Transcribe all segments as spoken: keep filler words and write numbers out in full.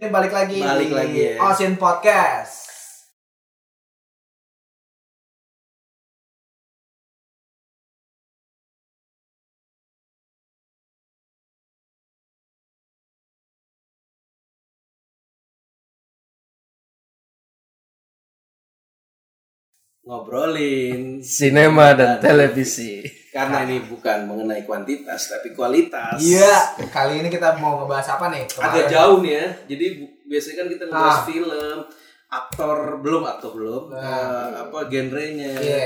Ini balik lagi balik di lagi ya. Osin Podcast. Ngobrolin sinema dan televisi. Karena ini bukan mengenai kuantitas tapi kualitas. Iya, kali ini kita mau ngebahas apa nih? Kemarin Agak jauh nih ya. Jadi bu- biasanya kan kita ngebahas Ah. film, aktor belum aktor belum, Nah. eh, apa genrenya, Iya.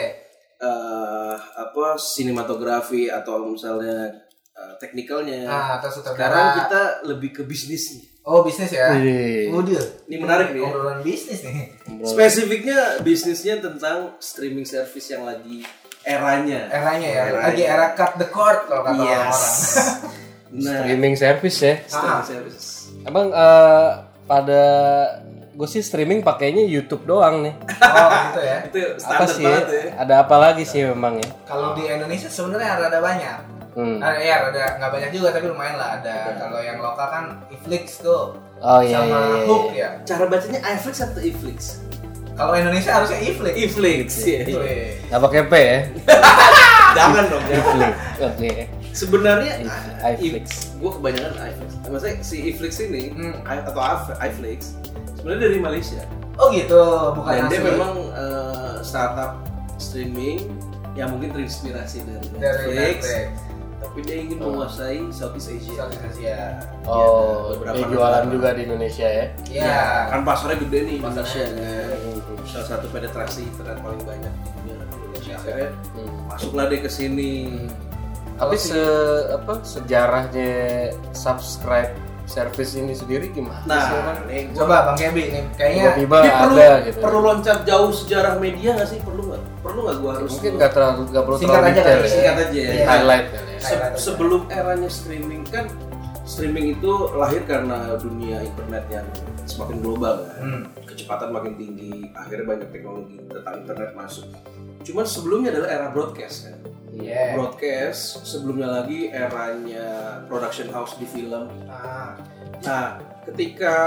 eh, apa sinematografi atau misalnya eh, teknikalnya. Ah, atau sutradara. Sekarang kita lebih ke bisnis nih. Oh, bisnis ya. Wih. Oh, deal. Ini menarik nih ya. Obrolan bisnis nih. Spesifiknya bisnisnya tentang streaming service yang lagi eranya. Eranya ya. Eranya. Lagi era cut the cord kalau kata Yes. orang-orang. Nah, Streaming service ya. streaming Ah. service. Emang eh, pada gue sih streaming pakainya YouTube doang nih. Oh, gitu ya. Itu Apa standar sih? banget ya. Ada apa lagi sih memang ya? Kalau di Indonesia sebenarnya rada banyak. Hmm. Ah, ya, rada nggak banyak juga tapi lumayan lah ada. Kalau yang lokal kan Iflix tuh. Oh iya sama iya. iya. Hook ya. Cara bacanya iFlix atau iFlix? Kalau Indonesia harusnya Iflix. iFlix ya. Wih. Nggak pakai P ya? Jangan dong. Iflix. Oke. Sebenarnya If- iFlix. gue kebanyakan iFlix. Maksudnya si iFlix ini Hmm. i- atau iF- iFlix sebenarnya dari Malaysia. Oh gitu, bukan Dan dia asli. memang eh, startup streaming yang mungkin terinspirasi dari dari Netflix, Netflix. tapi dia ingin menguasai Southeast Asia. Southeast Asia. Oh, Ya, beberapa dia jualan negara. juga di Indonesia ya? Iya. Kan pasarnya gede nih Pasarnya Indonesia gede. kan. Salah satu penetrasi internet paling banyak di dunia Indonesia. Akhirnya Hmm. masuklah dia ke sini. Tapi Kalau se apa sejarahnya subscribe service ini sendiri gimana sih, Nah, Bang? nih gua Coba Bang Kebi nih, kayaknya Tiba-tiba ini perlu ada gitu. perlu loncat jauh sejarah media nggak sih? Perlu nggak? Perlu nggak gua harus Mungkin nggak terlalu nggak perlu Singkat terlalu aja detail kali, ya. singkat aja ya. Iya. Highlight kali ya. Se- Highlight aja. sebelum eranya streaming kan streaming itu lahir karena dunia internet yang semakin global kan. Hmm. Kecepatan makin tinggi, akhirnya banyak teknologi tentang internet masuk. Cuman sebelumnya adalah era broadcast kan. Iya. Broadcast sebelumnya lagi eranya production house di film. Ah, Nah, ketika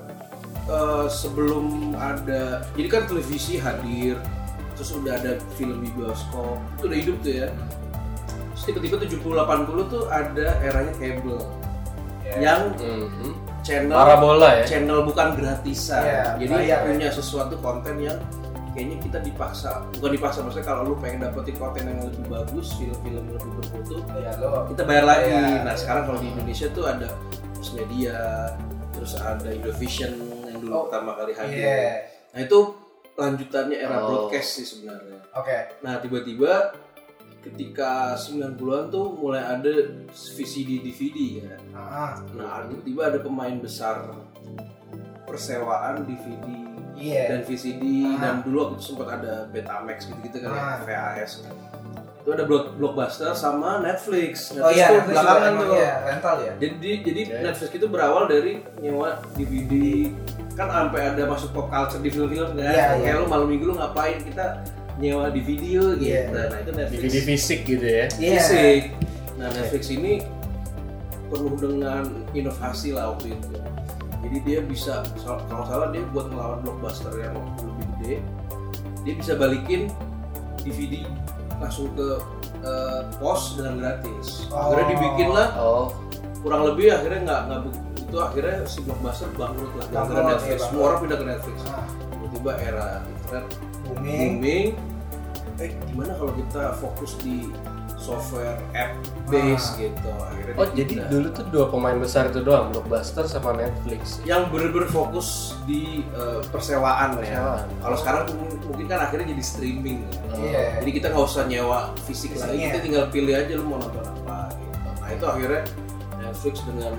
uh, sebelum ada, jadi kan televisi hadir, terus udah ada film di bioskop, itu udah hidup tuh ya. Terus tiba-tiba tujuh puluh delapan puluh tuh ada eranya kabel, iya. yang Mhm. channel Parabola ya. channel bukan gratisan, Iya, jadi bayar, punya sesuatu konten yang kayaknya kita dipaksa, bukan dipaksa maksudnya kalau lu pengen dapetin konten yang lebih bagus, film-film yang lebih bermutu, Iya lo. kita bayar lagi. Iya. Nah sekarang kalau di Indonesia tuh ada Pos Media, terus ada Indovision yang dulu Oh, pertama kali hadir. Iya. Nah itu lanjutannya era Oh. broadcast sih sebenarnya. Oke. Nah tiba-tiba ketika sembilan puluhan tuh mulai ada V C D D V D kan. Ah, Nah tiba-tiba ada pemain besar persewaan D V D iya. dan V C D, Ah. dan dulu waktu itu sempat ada Betamax gitu-gitu kan Ah. ya, V H S kan. Itu ada Block- Blockbuster sama Netflix. Oh Netflix iya, tuh Netflix belakangan juga tuh. emang, iya, rental ya. Jadi jadi Oke. Netflix itu berawal dari nyewa D V D, kan sampai ada masuk pop culture di film-film kan. Iya, Kayak iya. lu malam minggu lu ngapain, kita nyewa D V D yuk, gitu. Iya. Nah itu Netflix. D V D fisik gitu ya. Iya. Fisik. Nah Netflix ini penuh dengan inovasi lah waktu itu. Jadi dia bisa, kalau nggak salah dia buat ngelawan Blockbuster yang lebih gede, dia bisa balikin D V D langsung ke eh, pos dengan gratis. Oh. Akhirnya dibikin lah, Oh, kurang lebih akhirnya nggak nggak be- itu akhirnya si Blockbuster bangkrut lah gara-gara Bangkrut, Netflix. iya, Semua bangkrut. orang pindah ke Netflix. Ah, Tiba-tiba era internet booming. booming. Eh gimana kalau kita fokus di software app base Ah. gitu. Akhirnya oh dia jadi pindah. dulu tuh dua pemain besar itu doang, Blockbuster sama Netflix. yang bener-bener fokus di eh, persewaan ya. Persewaan. Kalau sekarang mungkin- mungkin kan akhirnya jadi streaming. Ya. Iya. Jadi kita nggak usah nyewa fisik lagi, Fisiknya. kita tinggal pilih aja lu mau nonton apa. Gitu. Nah itu akhirnya Netflix dengan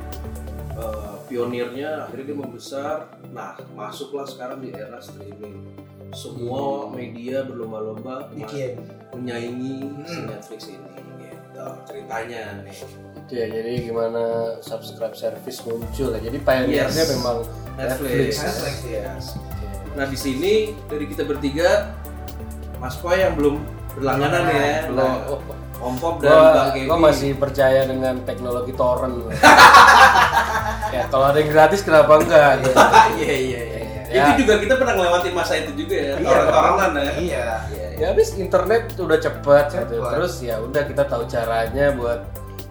eh, pionirnya akhirnya dia membesar. Nah masuklah sekarang di era streaming. Semua Hmm. media berlomba-lomba Bikin. menyaingi si Hmm. Netflix ini. Gitu ceritanya nih. Itu ya, jadi gimana subscribe service muncul ya. Jadi pioneernya Yes. memang Netflix. Netflix, ya. Yes. Nah di sini dari kita bertiga, Mas Poy yang belum berlangganan Nah, ya, belum. nah, Oh, Om Pop dan gua, Bang Kevi. gua masih percaya dengan teknologi torrent. Ya kalau ada yang gratis kenapa enggak? Gitu. Iya iya iya. Ya. Itu juga kita pernah ngelewatin masa itu juga ya. Iya, Orang-orangan ya. Iya. Iya. Ya habis internet udah cepet, gitu. Cepet. Terus ya udah kita tahu caranya buat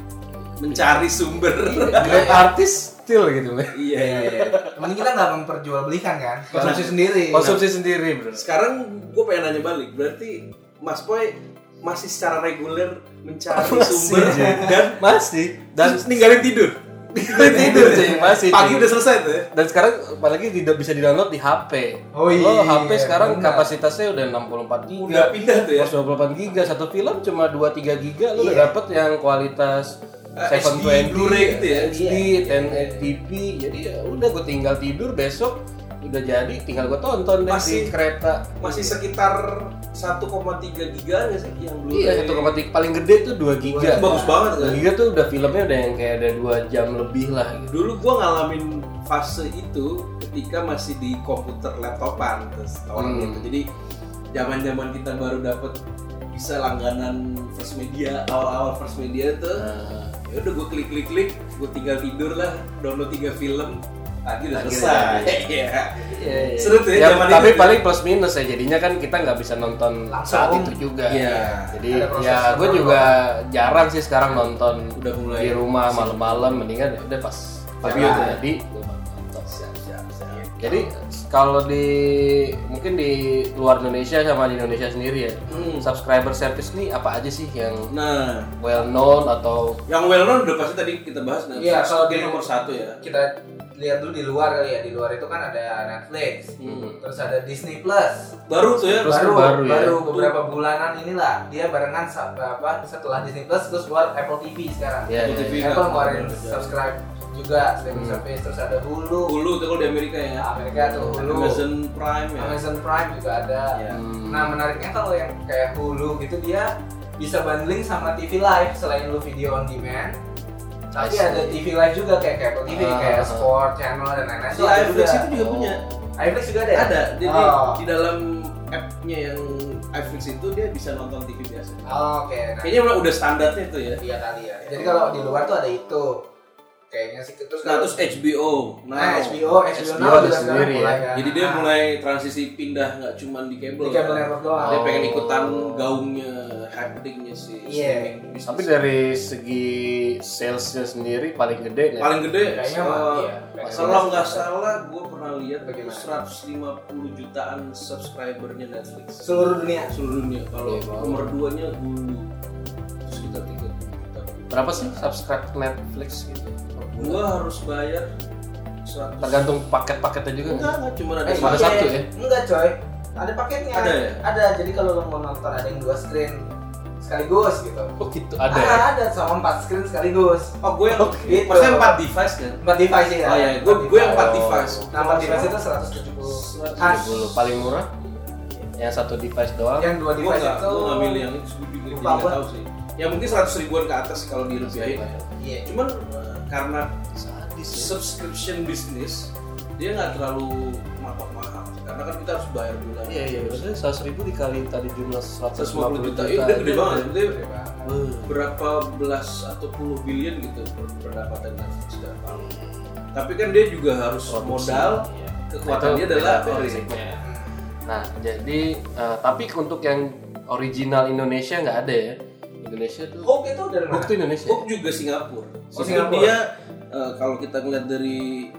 Mencari sumber. great artist still gitu. Iya iya iya. Mending kita nggak memperjualbelikan kan, konsumsi sendiri. Konsumsi sendiri, bro. Sekarang gue pengen nanya balik. Berarti Mas Boy masih secara reguler mencari Masih, sumber Jay. dan Masih dan terus ninggalin tidur. tinggal tidur sih masih. Pagi cuy. udah selesai tuh ya. Dan sekarang apalagi tidak bisa di-download di H P. Oh Lo iya, H P sekarang benar. kapasitasnya udah enam puluh empat giga. Udah pindah tuh ya. dua puluh delapan giga, satu film cuma dua tiga giga lu udah Iya. dapet yang kualitas Eh, tujuh H D, dua puluh Blu-ray gitu ya. H D, sepuluh eighty p. Jadi ya udah gue tinggal tidur besok udah jadi tinggal gue tonton deh Masih- di kereta. Masih sekitar satu koma tiga giga nggak sih yang Blu-ray? Iya, satu koma tiga paling gede tuh dua giga. Itu bagus banget dua kan. giga tuh udah filmnya udah yang kayak ada dua jam lebih lah gitu. Dulu gua ngalamin fase itu ketika masih di komputer laptopan terus orang Hmm. gitu. Jadi zaman-zaman kita baru dapet bisa langganan First Media, awal-awal First Media tuh. Nah, Ya udah gua klik-klik-klik, gua tinggal tidur lah, download tiga film, pagi udah Pagi selesai. udah Iya. iya, iya. Seru tuh ya, Ya, zaman tapi itu. paling plus minus ya jadinya kan kita nggak bisa nonton Langsung. saat itu juga. Iya. Jadi Ada proses ya gue download. juga jarang sih sekarang nonton Udah mulai di rumah malam-malam, mendingan ya udah pas Fabio Jalan. tuh jadi gue nonton. Siap, siap, siap. Jadi kalau di mungkin di luar Indonesia sama di Indonesia sendiri ya, Hmm. subscriber service nih apa aja sih yang Nah, well known atau yang well known udah pasti tadi kita bahas. Nah, Iya, kalau dia di- nomor satu ya. Kita lihat dulu di luar kali ya. Di luar itu kan ada Netflix, Hmm. terus ada Disney Plus. Baru tuh ya. Terus baru baru baru, ya. beberapa bulanan inilah dia barengan sa- apa setelah Disney Plus terus keluar Apple T V sekarang. ya, Apple ya, T V. ya. Apple kan, ngeluarin bener-bener. subscribe juga streaming Hmm. service, terus ada Hulu, Hulu tuh kalau di Amerika ya. Amerika tuh Hulu, Amazon Prime ya. Amazon Prime juga ada. Ya. Hmm. Nah menariknya kalau yang kayak Hulu gitu dia bisa bundling sama T V Live selain lu video on demand. Tapi I see. ada T V Live juga kayak kayak Apple T V, Ah, kayak ah. Sport Channel dan lain-lain. Si Itu ada iFlix juga. itu juga punya. iFlix juga ada. ya? Ada. Jadi Oh. di dalam app-nya yang iFlix itu dia bisa nonton T V biasa. Oh, Oke. Nah, Kayaknya udah- udah standarnya itu ya. iya kali ya. Jadi kalau di luar tuh ada itu. Kayaknya sih terus Nah, terus H B O. Nah, H B O, H B O H B O Now ada juga sekarang sendiri ya. mulai kan. Jadi dia Nah, mulai transisi pindah nggak cuma di kabel. di kabel kan. network doang. Dia Oh. pengen ikutan gaungnya, happeningnya si Iya. streaming bisnis. Tapi dari segi salesnya sendiri paling gede nih. paling gede Kayaknya eh, mah, iya. kalau nggak salah gue pernah lihat Bagaimana? seratus lima puluh jutaan subscribernya Netflix Seluruh dunia. seluruh dunia. Kalau Iya, wow. nomor duanya Hulu terus kita tiga puluh juta. Berapa sih subscribe Netflix gitu? Gua harus bayar seratus. Tergantung paket-paketnya juga Enggak, kan? enggak cuma ada Eh, Cuma ada paket. satu ya? Enggak coy. Ada paketnya. Ada ya? Ada. Jadi kalau lo mau nonton ada yang dua screen sekaligus gitu. Oh gitu, ada Ah, ya? ada sama empat screen sekaligus. Oh, gue yang Gitu. maksudnya empat device kan? Empat device ya. Oh iya, gue gue yang empat device. Nah, empat device itu seratus tujuh puluh. seratus tujuh puluh paling murah. Yang satu device doang. Yang dua Gue device nggak, itu gue nggak milih yang itu, gue juga jadi Lupa nggak gua. tahu sih. Ya mungkin seratus ribuan ke atas kalau dirupiahin. Iya. Cuman eh, karena Sadis ya. subscription business dia nggak terlalu matok mahal karena kan kita harus bayar bulan. Iya iya, maksudnya seratus ribu dikali tadi jumlah seratus seratus lima lima puluh puluh juta. juta, itu gede banget. Itu Gede banget. Uh, berapa belas atau puluh billion gitu per- pendapatan Netflix setiap tahun. Tapi kan dia juga harus produksi. modal. Iya. Kekuatan dia Itu adalah beda dari basicnya. Nah, jadi eh, tapi untuk yang original Indonesia nggak ada ya? Indonesia tuh. Hook itu dari mana? Hook tuh Indonesia. Hook juga Singapura. Oh, Itu Singapura. dia eh, kalau kita ngeliat dari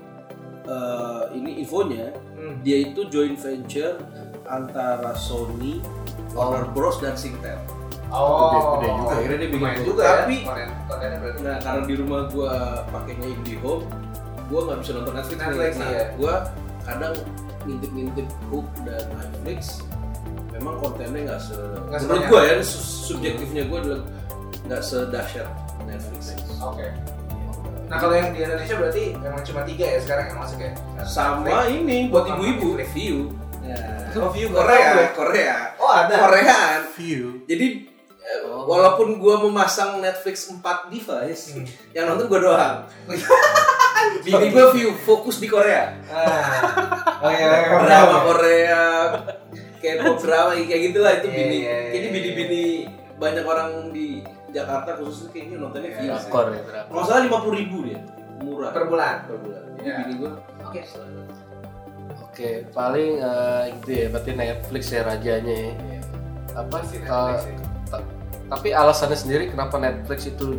eh, ini infonya, Hmm. dia itu joint venture antara Sony, Warner Bros dan Singtel. Oh, Gede-gede juga. Akhirnya dia bikin lumayan Hook. juga Tapi- ya. konten- kontennya berarti. Nah, karena di rumah gua pakainya IndiHome, gua nggak bisa nonton Netflix. Netflix, nah, iya. gua kadang ngintip-ngintip Hook dan Netflix. Memang kontennya nggak se. Nggak Menurut sebanyak. gua ya, su- subjektifnya gua adalah nggak sedahsyat Netflix. Oke. Nah kalau yang di Indonesia berarti memang cuma tiga ya sekarang yang masuk ya? Sama ini buat ibu-ibu Netflix. review. Oh, View, Korea, nggak tahu gue. Korea, Oh ada. Koreaan. View. Jadi eh, Oh. walaupun gua memasang Netflix empat device, Hmm. yang nonton gua doang. Bini gua view fokus di Korea. Ah. Oh iya, iya, Drama iya. Korea, K-pop drama kayak gitulah itu Iya, bini. iya, iya, Jadi iya. bini-bini banyak orang di Jakarta khususnya kayaknya nontonnya view. sih. Drakor ya, drakor. Kalau nggak salah lima puluh ribu dia. murah per bulan. per bulan. Jadi Ya. bini gua Oke. Oke, paling eh, gitu ya, berarti Netflix ya rajanya ya. Apa Pasti eh, Netflix ya. ta- tapi alasannya sendiri kenapa Netflix itu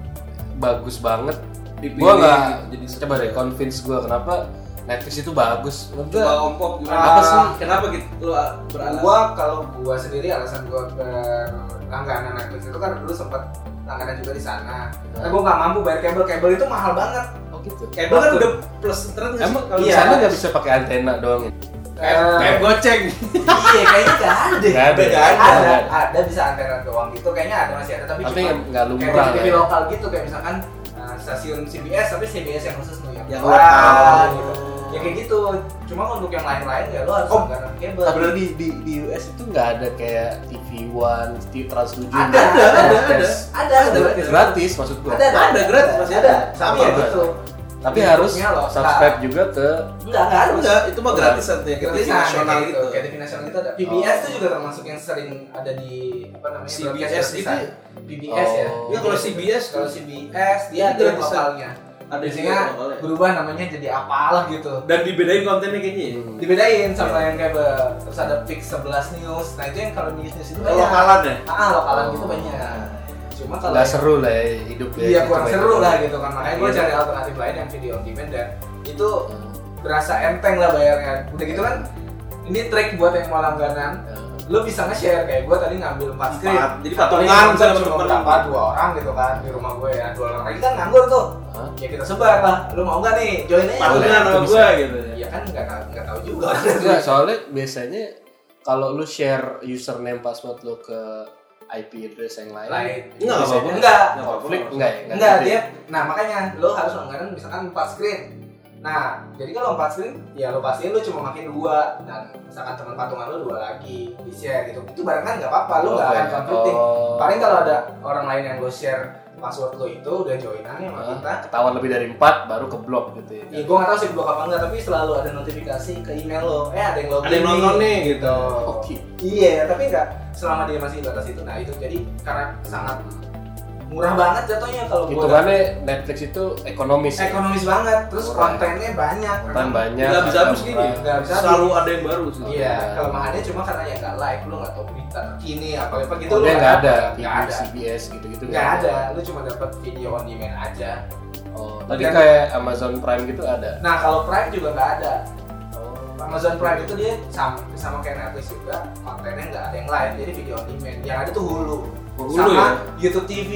bagus banget? dipilih Gua nggak jadi coba deh convince gua kenapa Netflix itu bagus. Menurut coba gua, ompok Ah, gimana apa sih? sih? Kenapa gitu lu beralasan? Gua kalau gua sendiri alasan gua berlangganan Netflix itu kan dulu sempat langganan juga di sana. Karena gua nggak mampu bayar kabel, kabel itu mahal banget. oh gitu. Kabel kan udah plus terus nggak sih? Emang Kalau di iya. sana nggak bisa pakai antena doang ya? kayak Eh, kayak goceng. Iya, kayaknya nggak ada. Nggak ada. Nggak ada. Nggak ada. Ada bisa antena doang gitu. Kayaknya ada masih ada tapi, Tapi cuma nggak kayak lumrah T V lah ya. lokal gitu kayak misalkan uh, stasiun C B S tapi C B S yang khusus New York. Yang Wah, lokal. gitu. Ya kayak gitu. Cuma untuk yang lain-lain ya lo harus Oh, langganan kabel. Tapi di, di, di U S itu nggak ada kayak T V One, T V Trans tujuh. Ada, nggak ada, ada, Tes. Ada, ada, Ada. Gratis maksud gua. Ada, Ada, gratis, masih ada. Tapi Sama, ya Bang. gitu. Tapi Di harus YouTube-nya loh, subscribe juga ke Enggak, enggak harus. Enggak, itu mah gratisan tuh ya, kayak T V Gratisan, nasional kayak gitu. Kayak T V nasional gitu ada. P B S Oh. tuh juga termasuk yang sering ada di apa namanya? C B S broadcast itu gratisan. P B S ya. Oh. Ya kalau C B S Kalau C B S dia Itu ada yang gratisan. lokalnya. ada Biasanya juga lokalnya. berubah namanya jadi apalah gitu. Dan dibedain kontennya kayaknya ya. Hmm. Dibedain sama Iya. yang kayak be- terus ada Fix sebelas News. Nah, itu yang kalau news news itu Oh, lokalan ya? Ah, lokalan Oh. gitu banyak. Cuma kalau nggak yang- seru lah ya hidup ya. Iya, gitu, kurang main. seru lah gitu kan. Makanya gue Iya. cari alternatif lain yang video on demand dan itu Hmm. berasa enteng lah bayarnya. Udah gitu kan ini trik buat yang mau langganan. Hmm. Lu bisa nge-share kayak gue tadi ngambil empat screen. Empat. Jadi Apalagi patungan yang sama cuma temen-temen. berapa dua orang gitu kan di rumah gue ya. Dua orang lagi kan nganggur tuh. Hah? Ya kita sebar lah. Lu mau nggak nih? Join aja. Patungan Boleh, sama itu gua gitu ya. Iya kan nggak tahu nggak tahu juga. Enggak, soalnya biasanya kalau lu share username password lu ke I P address yang lain, Lain. Enggak biasanya apa-apa. Enggak. konflik enggak ya? Enggak, gede. dia. Nah, makanya lo harus langganan misalkan empat screen. Nah, jadi kalau empat screen, ya lo pastiin lo cuma makin dua dan misalkan teman patungan lo dua lagi di share gitu. Itu barang kan nggak apa-apa, lo nggak Oh, akan iya. conflicting. Oh. Paling kalau ada orang lain yang lo share password lo itu udah joinannya sama Hah? kita. Ketahuan lebih dari empat baru ke blok gitu ya. Ya, gue nggak tahu sih blok apa enggak, tapi selalu ada notifikasi ke email lo. Eh, ada yang login Ada yang nonton nih gitu. Oke. Iya, tapi nggak selama dia masih di batas itu. Nah, itu jadi karena sangat murah banget jatuhnya kalau gua Hitungannya Netflix itu ekonomis. ya? ekonomis banget, terus Murah. kontennya banyak. Konten banyak. Nggak bisa habis harga gini. murah. Nggak bisa Selalu ada yang baru sih. Iya, Iya. kelemahannya cuma karena ya nggak live, lu nggak tahu berita terkini apa apa gitu. Oh, lu dia nggak ada nggak T V, ada, C B S gitu-gitu. nggak ada. Lu cuma dapat video on demand aja. Oh, tadi Dan- kayak Amazon Prime gitu ada. Nah, kalau Prime juga nggak ada. Oh. Amazon Prime itu dia sama, sama kayak Netflix juga, kontennya nggak ada yang live, jadi video on demand. Yang ada tuh Hulu, Hulu sama ya? YouTube T V.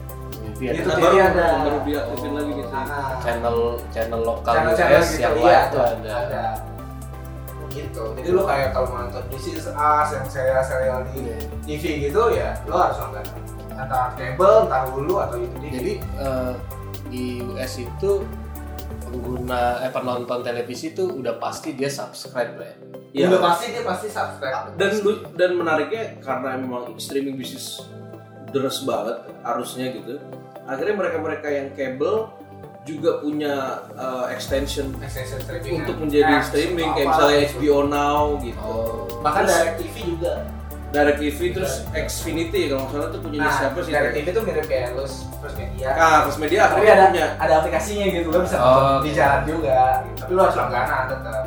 T V ada. YouTube Nah, T V baru, ada. baru diaktifin lagi gitu. Ah, channel channel lokal channel-channel U S gitu, yang iya, live tuh ada. ada. ada. Gitu. Jadi lu kayak kalau mau nonton This Is Us yang serial-serial di Iya. T V gitu ya, lo harus langganan. Entah kabel, entah Hulu atau YouTube T V. Jadi eh, di U S itu pengguna eh penonton televisi itu udah pasti dia subscribe lah ya. Iya. Udah pasti dia pasti subscribe. Dan lu- dan menariknya karena memang streaming bisnis deres banget arusnya gitu. Akhirnya mereka-mereka yang kabel juga punya uh, extension Extension streaming untuk kan. menjadi Apps, streaming apa, kayak misalnya gitu. H B O Now gitu. Oh. Bahkan Terus- Direct T V juga. Direct T V terus Xfinity kalau nggak salah tuh punya Nah, siapa sih? Direct T V tuh mirip kayak lu First Media. Ah, First Media Tapi akhirnya ada punya. ada aplikasinya gitu, lo bisa Oh, nonton di oke. jalan juga. Gitu. Tapi lo harus langganan tetap.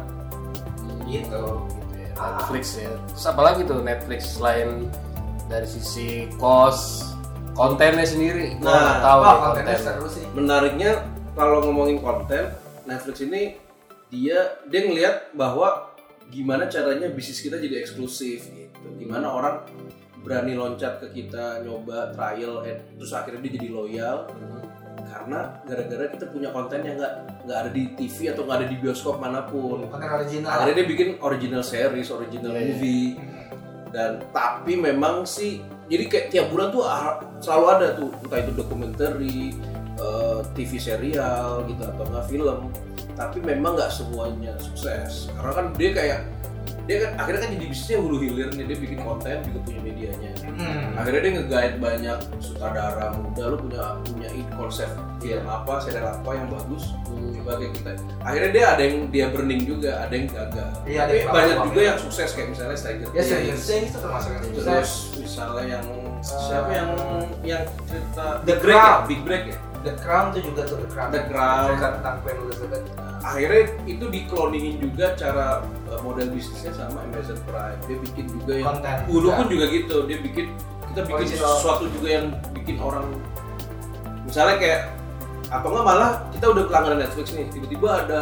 Gitu. Gitu ya, Ah. Netflix ya. Terus apa lagi tuh Netflix selain dari sisi cost, kontennya sendiri? Gua Nah, nggak tahu Wah, deh kontennya kontennya. seru sih. Menariknya kalau ngomongin konten, Netflix ini dia dia ngelihat bahwa gimana caranya bisnis kita jadi eksklusif gitu. Gimana orang berani loncat ke kita nyoba trial and terus akhirnya dia jadi loyal karena gara-gara kita punya konten yang nggak nggak ada di T V atau nggak ada di bioskop manapun. Konten original. Akhirnya dia bikin original series, original Iya, iya. movie. Dan tapi memang sih jadi kayak tiap bulan tuh ah, selalu ada tuh entah itu dokumentari, eh, T V serial gitu atau nggak film. Tapi memang nggak semuanya sukses karena kan dia kayak dia kan akhirnya kan jadi bisnisnya hulu hilir nih, dia bikin konten juga punya medianya. Hmm. Akhirnya dia nge-guide banyak sutradara muda, lu punya punya konsep film apa, serial apa yang bagus, coba kayak kita. Akhirnya dia ada yang dia burning juga, ada yang gagal. Iya, ada Tapi yang banyak flop-flop juga ya. yang sukses kayak misalnya Stranger Ya Stranger Things. Things itu termasuk yang Terus sukses. misalnya yang siapa yang yang cerita The Big Break ya? Crown. Big Break ya? The Crown tuh juga tuh The Crown. The Crown. Cerita tentang Queen Elizabeth. Akhirnya itu dikloningin juga cara uh, model bisnisnya sama Amazon Prime. Dia bikin juga yang Konten. Hulu pun juga gitu. Dia bikin kita bikin Original. sesuatu juga yang bikin orang misalnya kayak apa enggak malah kita udah pelanggaran Netflix nih, tiba-tiba ada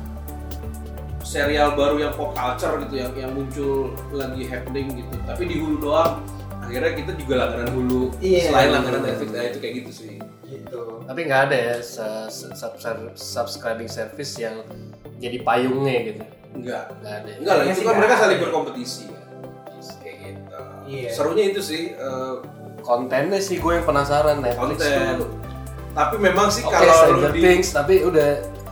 serial baru yang pop culture gitu yang yang muncul lagi happening gitu. Tapi di Hulu doang. Akhirnya kita juga langganan Hulu Iya. selain langganan Netflix. Nah, itu kayak gitu sih. Gitu. Tapi nggak ada ya se- se- subscribe- subscribing service yang jadi payungnya gitu. Enggak. Nggak ada. Enggak lah, Kayaknya itu sih kan nggak mereka ada. saling berkompetisi ya. Kayak gitu. Iya. Serunya itu sih eh, Kontennya sih gue yang penasaran Netflix konten. tuh. Tapi memang sih Oke, kalau lu Stranger di Things, tapi udah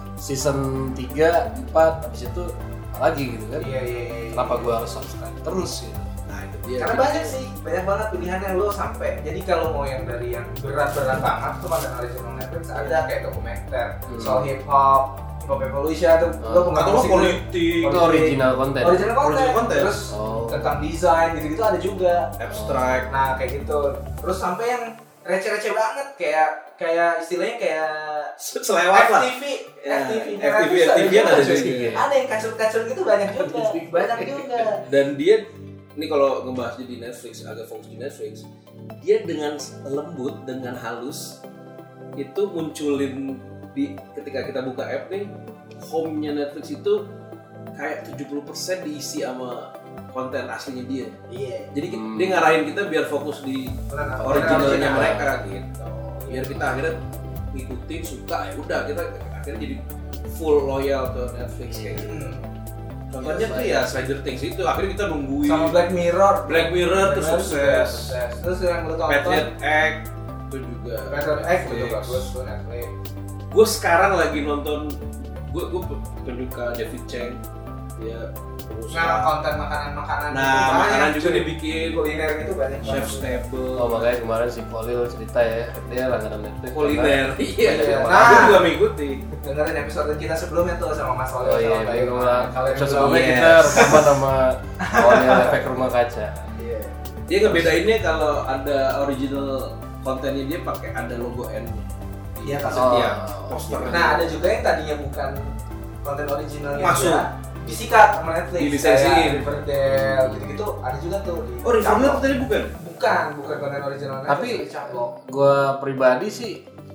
season tiga, empat, habis itu apa lagi gitu kan? Iya iya iya. Kenapa gue harus subscribe terus gitu? nah itu dia. Karena banyak sih, banyak banget pilihannya lo sampai. Jadi kalau mau yang dari yang berat-berat banget tuh konten original Netflix ada kayak dokumenter Hmm. soal hip hop, hip hop evolution tuh. Hmm. Lo pengen Atau musik politik, Itu original konten. original konten. Original konten. Terus Oh. tentang desain gitu-gitu ada juga. abstrak. Nah kayak gitu. Terus sampai yang receh-receh banget kayak kayak istilahnya kayak Selewat lah. F T V, Ya, F T V, F T V, F T V ada ada juga. juga. Ada yang kacau-kacau gitu banyak juga, banyak juga. Dan dia ini kalau ngebahas di Netflix, agak fokus di Netflix, dia dengan lembut, dengan halus itu munculin di ketika kita buka app nih, home-nya Netflix itu kayak tujuh puluh persen diisi sama konten aslinya dia. Iya. Jadi ki- Hmm. dia ngarahin kita biar fokus di Benar, originalnya original. mereka gitu. Biar kita akhirnya ngikutin, suka, ya udah kita akhirnya jadi full loyal ke Netflix kayak gitu. Hmm. Contohnya Iya, tuh ya Stranger Things itu akhirnya kita nungguin. Sama Black Mirror. Black Mirror tuh Mirror sukses. sukses. Terus yang lu tonton Patriot Act itu juga. Patriot Act itu Netflix. bagus tuh Netflix. Gue sekarang lagi nonton, gue gue penyuka David Chang, dia Nah berusaha. konten makanan-makanan. Nah, gitu makanan banyak, juga cuy. dibikin kuliner itu banyak chef banget. stable. Oh makanya kemarin si Kolil cerita ya, dia langganan Netflix. kuliner. Iya, Iya. nah, Nah. gue juga mengikuti. Dengerin episode kita sebelumnya tuh sama Mas Oleh Oh iya, sama Mbak minggu Irma. lalu. Kalian Episode belum- sebelumnya Yes. kita rekaman sama Kolil efek rumah kaca. Iya. Dia ngebedainnya kalau ada original kontennya dia pakai ada logo N. Iya, Di Kak. setiap Oh, poster. Nah ada juga yang tadinya bukan konten originalnya Masuk. dia, disikat sama Netflix. Dilisensiin. Kayak Riverdale gitu-gitu ada juga tuh. Di Oh, Riverdale Caplok. tadi bukan? Bukan, bukan konten original Netflix. Tapi di Caplok. gue pribadi sih,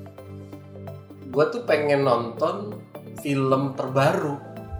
gue tuh pengen nonton film terbaru.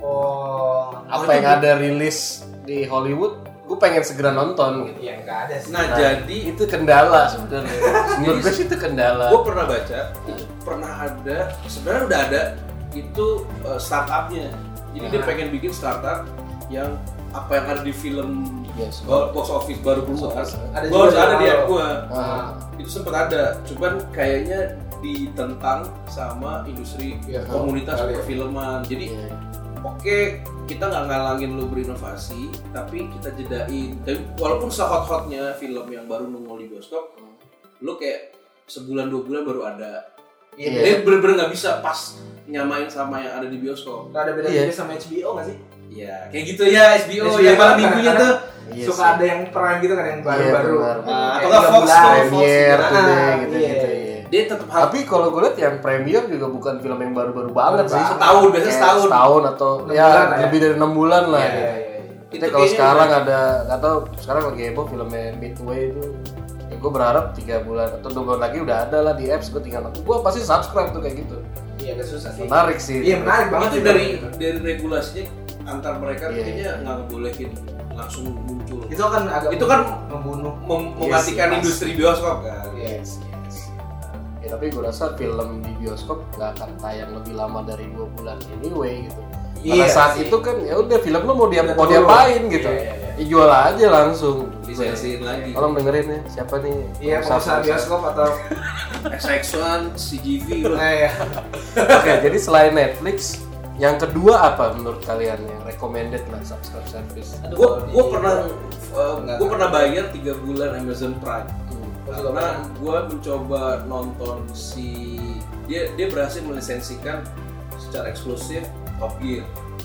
Oh, Apa yang ada rilis di Hollywood, gue pengen segera nonton gitu. ya nggak ada sih. Nah, Nah, jadi itu kendala sebenarnya. Menurut gue sih itu kendala. gue pernah baca itu pernah ada, sebenarnya udah ada itu uh, startupnya. Jadi dia Nah. pengen bikin startup yang apa yang ada di film Yes. bo- box office baru keluar. Ada Gue harus juga ada di yang app lalu. gue. Ah, Itu sempat ada, cuman kayaknya ditentang sama industri Iya, komunitas kali ya. perfilman. Jadi iya. oke, kita nggak ngalangin lu berinovasi, tapi kita jedain. Tapi walaupun sehot-hotnya film yang baru nongol di bioskop, lu kayak sebulan dua bulan baru ada. Iya. Iya. Dia bener-bener nggak bisa pas nyamain sama yang ada di bioskop. Nggak ada beda Iya. tipis sama H B O nggak sih? Ya, kayak gitu ya S B O, H B O yang malam kan minggunya kadang-kadang tuh. Iya Suka sih. ada yang perang gitu kan yang Iya, baru-baru. benar, benar. Ah, Kayak atau nggak tiga Fox bulan. tuh, Premier Fox tuh gitu. deh Ah, gitu-gitu. iya. Iya. Dia tetap harus Tapi kalau gue lihat yang premier juga bukan film yang baru-baru banget Baru sih. banget. setahun, biasanya Kayak setahun. setahun atau Enam ya bulan lah ya. lebih dari enam bulan lah. Iya, gitu. iya, iya. Tapi Itu kalau kayaknya sekarang udah- ada nggak tahu sekarang lagi heboh filmnya Midway itu, ya gue berharap tiga bulan atau dua bulan lagi udah ada lah di apps, gue tinggal nonton. Gue pasti subscribe tuh kayak gitu. Iya, agak susah sih. Menarik sih. Iya, menarik banget itu sih dari gitu. dari regulasinya antar mereka Iya. kayaknya nggak ngebolehin langsung muncul. Itu kan agak Itu kan membunuh. Mem- Yes, mematikan pasti. industri bioskop kan. Yes, yes. Ya tapi gue rasa film di bioskop nggak akan tayang lebih lama dari dua bulan anyway gitu. Pada Iya saat sih. itu kan ya udah film lo mau dia Udah mau turun. diapain gitu. Iya, iya, iya. Ya jual aja langsung. Lisensiin lagi. Tolong dengerin ya siapa nih? Iya, pengusaha bioskop atau X X satu, C G V loh. nah, ya. Oke, jadi selain Netflix, yang kedua apa menurut kalian yang recommended lah subscribe service? Gue gue pernah uh, Enggak. gue pernah bayar tiga bulan Amazon Prime Hmm. Gua juga karena pernah. gue mencoba nonton si dia dia berhasil melisensikan secara eksklusif Top Gear.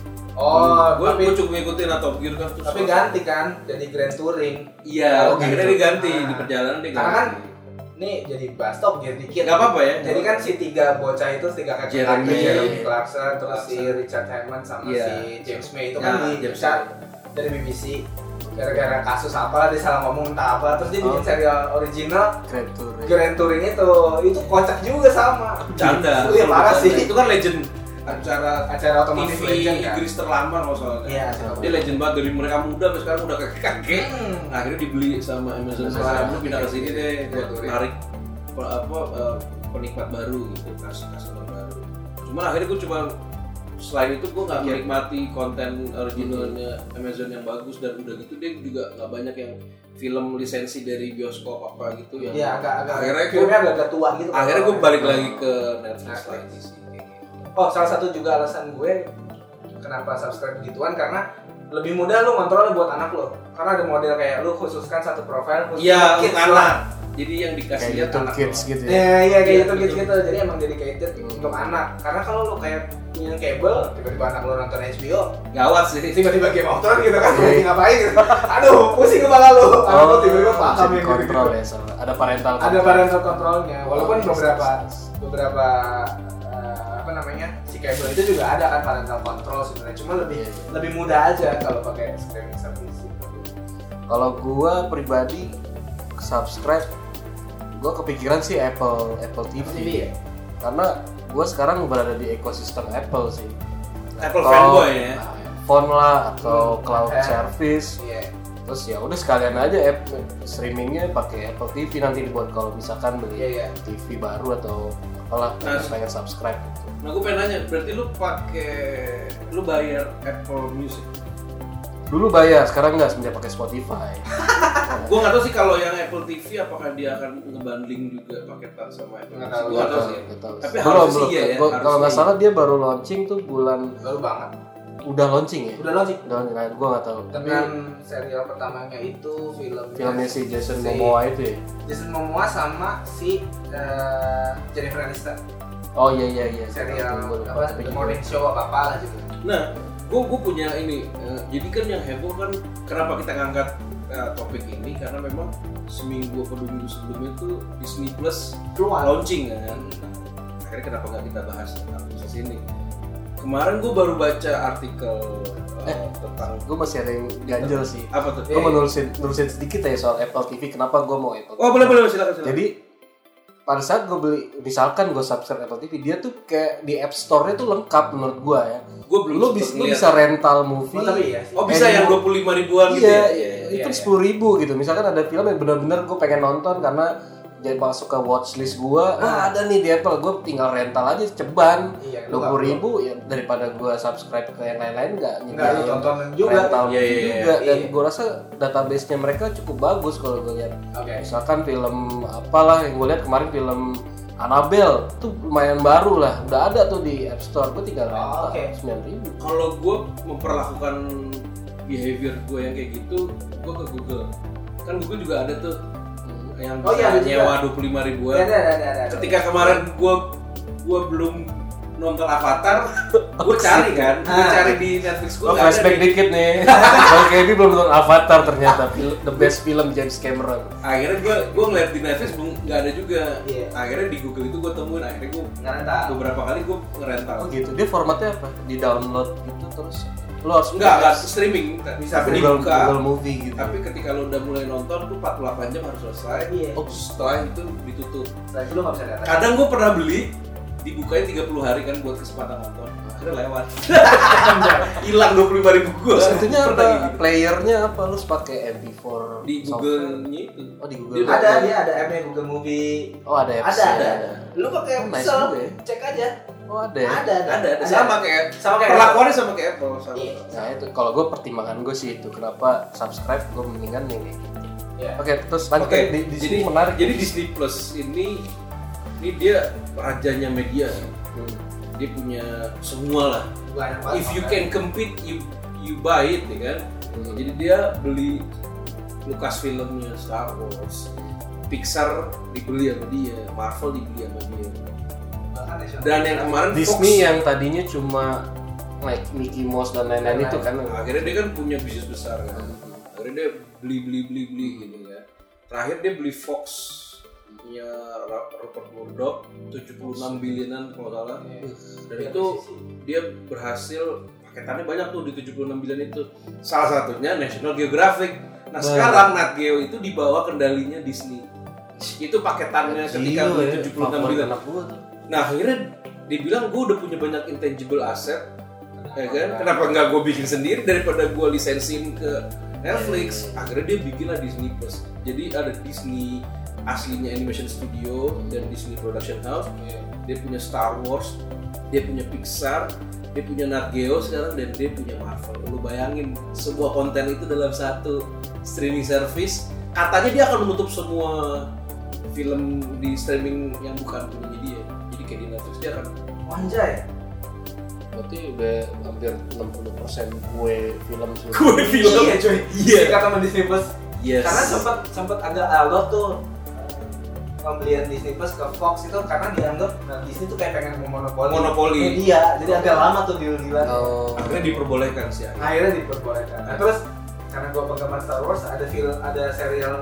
Oh, gue tapi gue cukup ngikutin lah Top Gear kan. terus tapi ganti kan jadi Grand Touring. Iya, Oh, akhirnya gitu. dia ganti Ah. di perjalanan dia Karena kan ganti. Nih jadi bahas Top Gear dikit. Gak apa-apa ya. Jadi kan si tiga bocah itu tiga kakak Jeremy, Jeremy Clarkson, terus si Clarkson. Richard Hammond sama Iya. si James May itu Nah, kan di James dipecat dari B B C gara-gara kasus apa dia salah ngomong entah apa, terus dia bikin Oh. serial original Grand Touring. Grand Touring itu itu kocak juga sama. Canda. Iya parah sih. Itu kan legend acara Acara otomotif T V legend kan. Inggris terlama kalau soalnya. Iya. Dia legend banget dari mereka muda sampai sekarang udah kakek-kakek. Hmm. Nah, akhirnya dibeli sama Amazon Amazon. Prime, lu pindah ke sini deh buat Grand Touring. narik apa, apa eh, penikmat baru gitu, kas customer baru. Cuman akhirnya gue cuma selain itu gue nggak Iya. menikmati konten originalnya Amazon yang bagus dan udah gitu dia juga nggak banyak yang film lisensi dari bioskop apa gitu yang Iya agak agak akhirnya gue filmnya agak tua gitu. akhirnya gue balik lagi ke Netflix Netflix. lagi sih kayak gitu. Oh, salah satu juga alasan gue kenapa subscribe gituan karena lebih mudah lu ngontrolnya buat anak lo. Karena ada model kayak lu khususkan satu profil khusus Iya, kids untuk lah. anak. Jadi yang dikasih Kayak lihat YouTube anak Kids doang. gitu ya. Ya, iya kayak Iya, gitu betul. gitu. Jadi emang dedicated untuk anak. Karena kalau lu kayak punya kabel, tiba-tiba anak lu nonton H B O, Gawat sih. tiba-tiba Game of Thrones gitu kan, Iya. lagi ngapain gitu. Aduh, pusing kepala lu. Anak lu tiba-tiba paham bisa yang dikontrol gitu. ya sama. Ada parental Ada parental controlnya. Walaupun Oh, yes, beberapa yes, yes. beberapa eh, apa namanya si kabel itu juga ada kan parental control sebenarnya. Cuma lebih Iya, iya. lebih mudah aja kalau pakai streaming service. Kalau gua pribadi subscribe, gua kepikiran sih Apple Apple T V. T V ya? Karena gua sekarang berada di ekosistem Apple sih. Apple Atau fanboy ya. Phone lah atau Hmm, cloud eh. service. Iya. Terus ya udah sekalian aja app streamingnya pakai Apple T V nanti dibuat kalau misalkan beli Iya, iya. T V baru atau apalah Nah, pengen subscribe gitu. Nah, gue pengen nanya, berarti lu pakai lu bayar Apple Music? Dulu bayar, sekarang nggak semenjak pakai Spotify. Gue nggak tahu sih kalau yang Apple T V apakah dia akan ngebanding juga paketan sama Apple Nggak Music. tahu, Gue nggak tahu sih. Nggak tahu. Tapi Belum, harusnya belum. iya ya, Gua- harusnya kalau nggak iya. salah dia baru launching tuh bulan Baru banget. udah launching ya. Udah launching. Udah launching, nah, gue nggak tahu. Tapi Dengan serial pertamanya itu film filmnya si Jason si Momoa itu ya. Jason Momoa sama si eh, Jennifer Aniston. Oh iya iya iya. Serial Gua lupa, apa tapi The juga. Morning Show apa apa lah gitu. Nah, gue gue punya ini. eh, jadi kan yang heboh kan kenapa kita ngangkat eh, topik ini karena memang seminggu atau dua minggu sebelumnya tuh Disney Plus Keluar. launching kan. Nah, akhirnya kenapa nggak kita bahas tentang proses ini? Kemarin gue baru baca artikel eh, Eh. tentang Gue masih ada yang ganjel sih. apa tuh? Gue mau nulisin, nulisin sedikit ya soal Apple T V. Kenapa gue mau Apple T V? Oh boleh boleh silakan silakan. Jadi pada saat gue beli, misalkan gue subscribe Apple T V, dia tuh kayak di App Store-nya tuh lengkap menurut gue ya. gue belum Lu sempet bisa, lu ngeliat. bisa rental movie. Oh tapi iya sih. Oh bisa Eh, yang lu- dua puluh lima ribuan gitu Iya, ya? Iya, iya, itu iya. sepuluh ribu gitu. Misalkan ada film yang benar-benar gue pengen nonton karena jadi masuk ke watchlist gue. Ah ada nih di Apple, gue tinggal rental aja ceban Iya, dua lu nggak puluh ribu ya daripada gue subscribe ke yang lain-lain nggak Enggak lu nyediain tontonan juga. rental Iya, iya, juga iya. dan Iya. gue rasa database-nya mereka cukup bagus kalau gue lihat. Oke. Misalkan film apalah yang gue lihat kemarin film Annabelle tuh lumayan baru lah, udah ada tuh di App Store, gue tinggal Oh, rental oke. sembilan ribu. Kalau gue memperlakukan behavior gue yang kayak gitu, gue ke Google. Kan Google juga ada tuh yang Oh, bisa iya, ada juga. nyewa dua puluh lima ribuan. Ada ada ada ada. Ketika kemarin gue gue belum nonton Avatar, gue cari kan, gue Ah. cari di Netflix gue Oh, nggak ada flashback nih. dikit nih. Bang Kevin belum nonton Avatar ternyata, Fil- the best film James Cameron. Akhirnya gue gue ngeliat di Netflix belum nggak ada juga. Iya. Akhirnya di Google itu gue temuin, akhirnya gue Nggak rental. beberapa kali gue ngerental. Oh gitu, dia formatnya apa? Di download gitu terus lo harus Enggak, enggak streaming, Bisa tapi Google, dibuka. Google Movie gitu. Tapi ketika lo udah mulai nonton tuh empat puluh delapan jam harus selesai. Iya. Oh, setelah itu ditutup. Setelah itu lu nggak bisa datang. Kadang gue pernah beli dibukanya tiga puluh hari kan buat kesempatan nonton. Akhirnya lewat. Hilang dua puluh lima ribu gue. Terus itunya apa? Playernya apa? Lu pakai M P empat Di software? Google-nya itu. Oh di Dia Google. udah- Ada dia ada app-nya Google Movie. Oh ada apps. Ada ada. Lu pakai Oh, nice Pixel, juga ya. cek aja. Oh ada. ya? Ada ada. Ada, ada sama kayak sama kayak perlakuannya sama kayak Apple sama. Iya. Nah itu kalau gue pertimbangan gue sih itu kenapa subscribe gue mendingan yang kayak gitu. Iya. Oke terus lanjut Oke, di, di jadi sini menarik. Jadi Disney Plus ini ini dia rajanya media sih. Hmm. Dia punya semua lah. banyak banget. If you can compete, you you buy it, ya kan? Hmm. Jadi dia beli Lucasfilm-nya Star Wars, Pixar dibeli sama dia, Marvel dibeli sama dia. Bahkan nasional. Dan yang kemarin Disney Fox, yang tadinya cuma like Mickey Mouse dan lain-lain itu kan. akhirnya dia kan punya bisnis besar kan. Akhirnya dia beli beli beli beli gitu kan. Terakhir dia beli Fox punya Rupert Murdoch tujuh puluh enam bilionan kalau nggak salah. Dan itu dia berhasil paketannya banyak tuh di tujuh puluh enam bilion itu. Salah satunya National Geographic. Nah, Bah. sekarang Nat Geo itu dibawa kendalinya Disney. Itu paketannya ketika Gila, beli ya. tujuh puluh enam Favorit bilion. anak gua tuh. Nah, akhirnya dibilang gue udah punya banyak intangible asset. Ya kan? Kenapa nggak gue bikin sendiri daripada gue lisensin ke Netflix? Akhirnya dia bikinlah Disney Plus. Jadi ada Disney aslinya Animation Studio dan Disney Production House. Dia punya Star Wars, dia punya Pixar, dia punya Nat Geo sekarang, dan dia punya Marvel. Lu bayangin semua konten itu dalam satu streaming service. Katanya dia akan menutup semua film di streaming yang bukan punya dia. Jadi kayak di Netflix dia akan Anjay. Berarti udah hampir enam puluh persen kue film sih. Kue film. Iya cuy. Iya. Kata sama Disney Plus. Yes. Karena sempat sempat agak alot tuh pembelian Disney Plus ke Fox itu karena dianggap nah, Disney tuh kayak pengen memonopoli Monopoli. media. Jadi agak lama tuh deal-dealan. Oh. Akhirnya diperbolehkan sih. Akhirnya. Akhirnya diperbolehkan. Nah, terus karena gue penggemar Star Wars, ada film, ada serial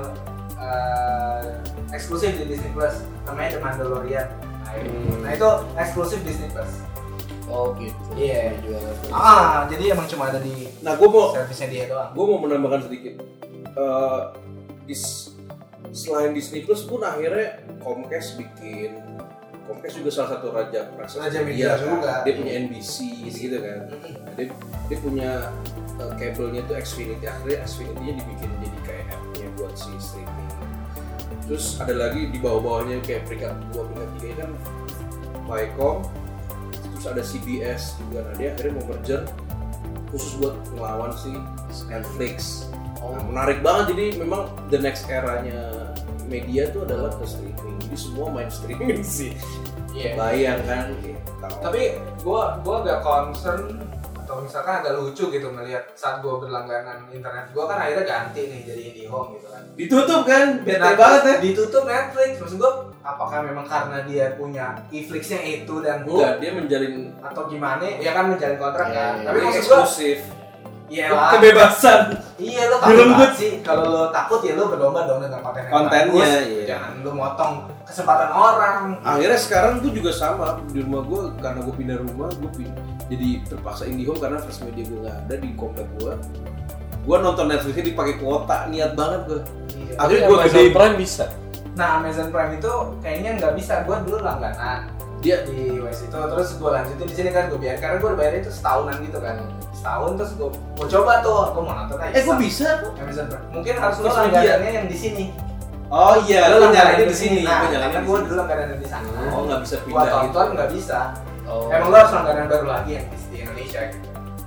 uh, eksklusif di Disney Plus namanya The Mandalorian. Hmm. Nah itu eksklusif Disney Plus. Oh gitu. Iya. Dia jualan. Ah, jadi emang cuma ada di Nah, gue mau servisnya dia doang. gue mau menambahkan sedikit. Uh, dis, selain Disney Plus pun akhirnya Comcast bikin. Comcast juga salah satu raja Raja media kan. juga. Dia punya N B C gitu kan. Nah, dia dia punya uh, kabelnya tuh Xfinity. Akhirnya Xfinity-nya dibikin jadi kayak app-nya buat si streaming. Terus ada lagi di bawah-bawahnya kayak peringkat dua, peringkat tiga kan Viacom. Terus ada C B S juga. Nah, dia akhirnya mau merger khusus buat ngelawan si Netflix. Oh. Nah, menarik banget, jadi memang the next eranya media itu adalah ke streaming. Jadi semua main streaming sih. Iya. Bayang kan gitu. Tapi gua gua agak concern atau misalkan agak lucu gitu ngelihat saat gua berlangganan internet gua kan akhirnya ganti nih jadi IndiHome gitu kan. Ditutup kan? Bete Nah, banget ya. Ditutup Netflix. Maksud gua apakah memang karena dia punya e-flixnya itu dan Enggak, dia menjalin atau gimana? Ya kan menjalin kontrak Iya, kan. iya. Tapi jadi maksud gua eksklusif. iya lah. Kebebasan. Iya lo takut Direnggut. banget sih. Kalau lo takut ya lo berlomba dong dengan konten yang Kontennya, bagus. iya. Jangan lo motong kesempatan orang. Akhirnya sekarang gue juga sama di rumah gue, karena gue pindah rumah, gue pindah, jadi terpaksa IndiHome karena first media gue nggak ada di komplek gue. Gue nonton Netflixnya dipakai kuota, niat banget gue. Iya. Akhirnya Tapi gue Amazon gede. Prime bisa. Nah Amazon Prime itu kayaknya nggak bisa. Gue dulu langganan Dia di U S itu, terus gue lanjutin di sini kan gue biar karena gue udah bayar itu setahunan gitu kan, setahun terus gue mau coba tuh, gue mau nonton aja. eh gue bisa tuh. Amazon Prime. Mungkin harus lo Terus media. langganannya yang di sini. Oh iya, Lo lu langganannya nyalainnya di sini. Nah, Gue karena nyalainnya gue di dulu langganan di sana. sini. Oh nggak bisa Gua pindah gitu. tonton nggak bisa. Oh. Emang lo harus langganan baru lagi yang di, di Indonesia gitu.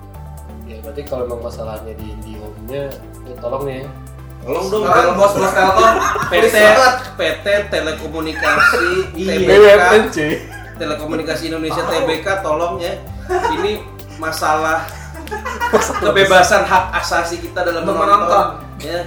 Ya berarti kalau memang masalahnya di IndiHome-nya, ya tolong nih ya. Tolong dong, Sekarang bos-bos Telkom P T banget. P T Telekomunikasi Iya. T B B W K N cuy. Telekomunikasi Indonesia T B K, tolong ya. Ini masalah kebebasan hak asasi kita dalam Untuk menonton. menonton. Ya.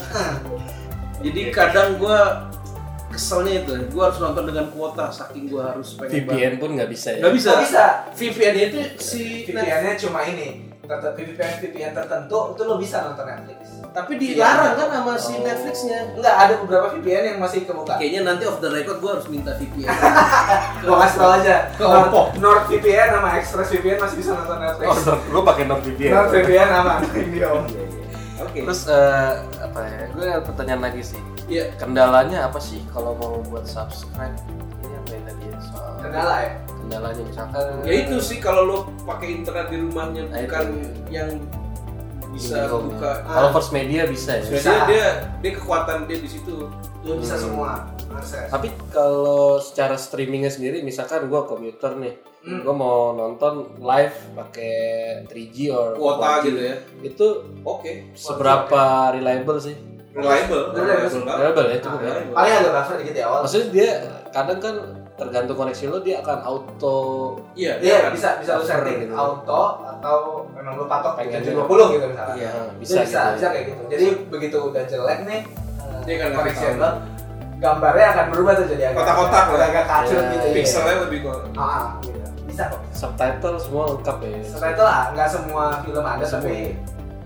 Jadi kadang gue keselnya itu, gue harus nonton dengan kuota, saking gue harus V pengen P N pun nggak bisa ya. Nggak bisa. Nggak bisa. V P N itu si V P N-nya cuma ini. Tertentu V P N V P N tertentu itu lo bisa nonton Netflix. tapi dilarang kan sama si Oh. Netflixnya. Enggak, ada beberapa V P N yang masih kebuka. Kayaknya nanti off the record gue harus minta V P N. Gua kasih tau aja. Ke Oppo. Nord V P N sama Express V P N masih bisa nonton Netflix. Oh, gue pakai Nord V P N. Nord V P N sama IndiHome. Oke. Terus eh, apa ya? Gue ada pertanyaan lagi sih. Iya. Kendalanya apa sih kalau mau buat subscribe? Ini apa ya tadi ya? Soal Kendala ya? kendalanya misalkan. Ya itu sih, kalau lo pakai internet di rumahnya Nah, bukan itu. yang bisa IndiHome buka. ya. Kalau first media bisa ya. Bisa. Biasanya dia dia kekuatan dia di situ. Lo bisa Hmm. semua akses. Tapi kalau secara streamingnya sendiri, misalkan gue komputer nih, Hmm. gue mau nonton live pakai tiga G or Kuota empat G, gitu ya. itu Oke. seberapa reliable sih? Reliable. Reliable. banget. Reliable ya, cukup ya. Reliable. Paling agak buffer dikit ya awal. Maksudnya dia kadang kan tergantung koneksi lo, dia akan auto. Iya, Iya, kan? bisa bisa lo Buffer setting gitu. auto atau memang lo patok Pengen tiga puluh gitu misalnya. Iya. Nah, Bisa, bisa, bisa, gitu. bisa kayak gitu. Jadi begitu udah jelek nih Dia akan koneksi ngasih lo, gambarnya akan berubah tuh jadi agak Kotak-kotak agak, lah. agak kacau Iya. gitu. iya. Pixelnya lebih kok. Ah, gitu. Bisa kok. Subtitle semua lengkap ya. Setelah itu lah, nggak semua film ada Semua. tapi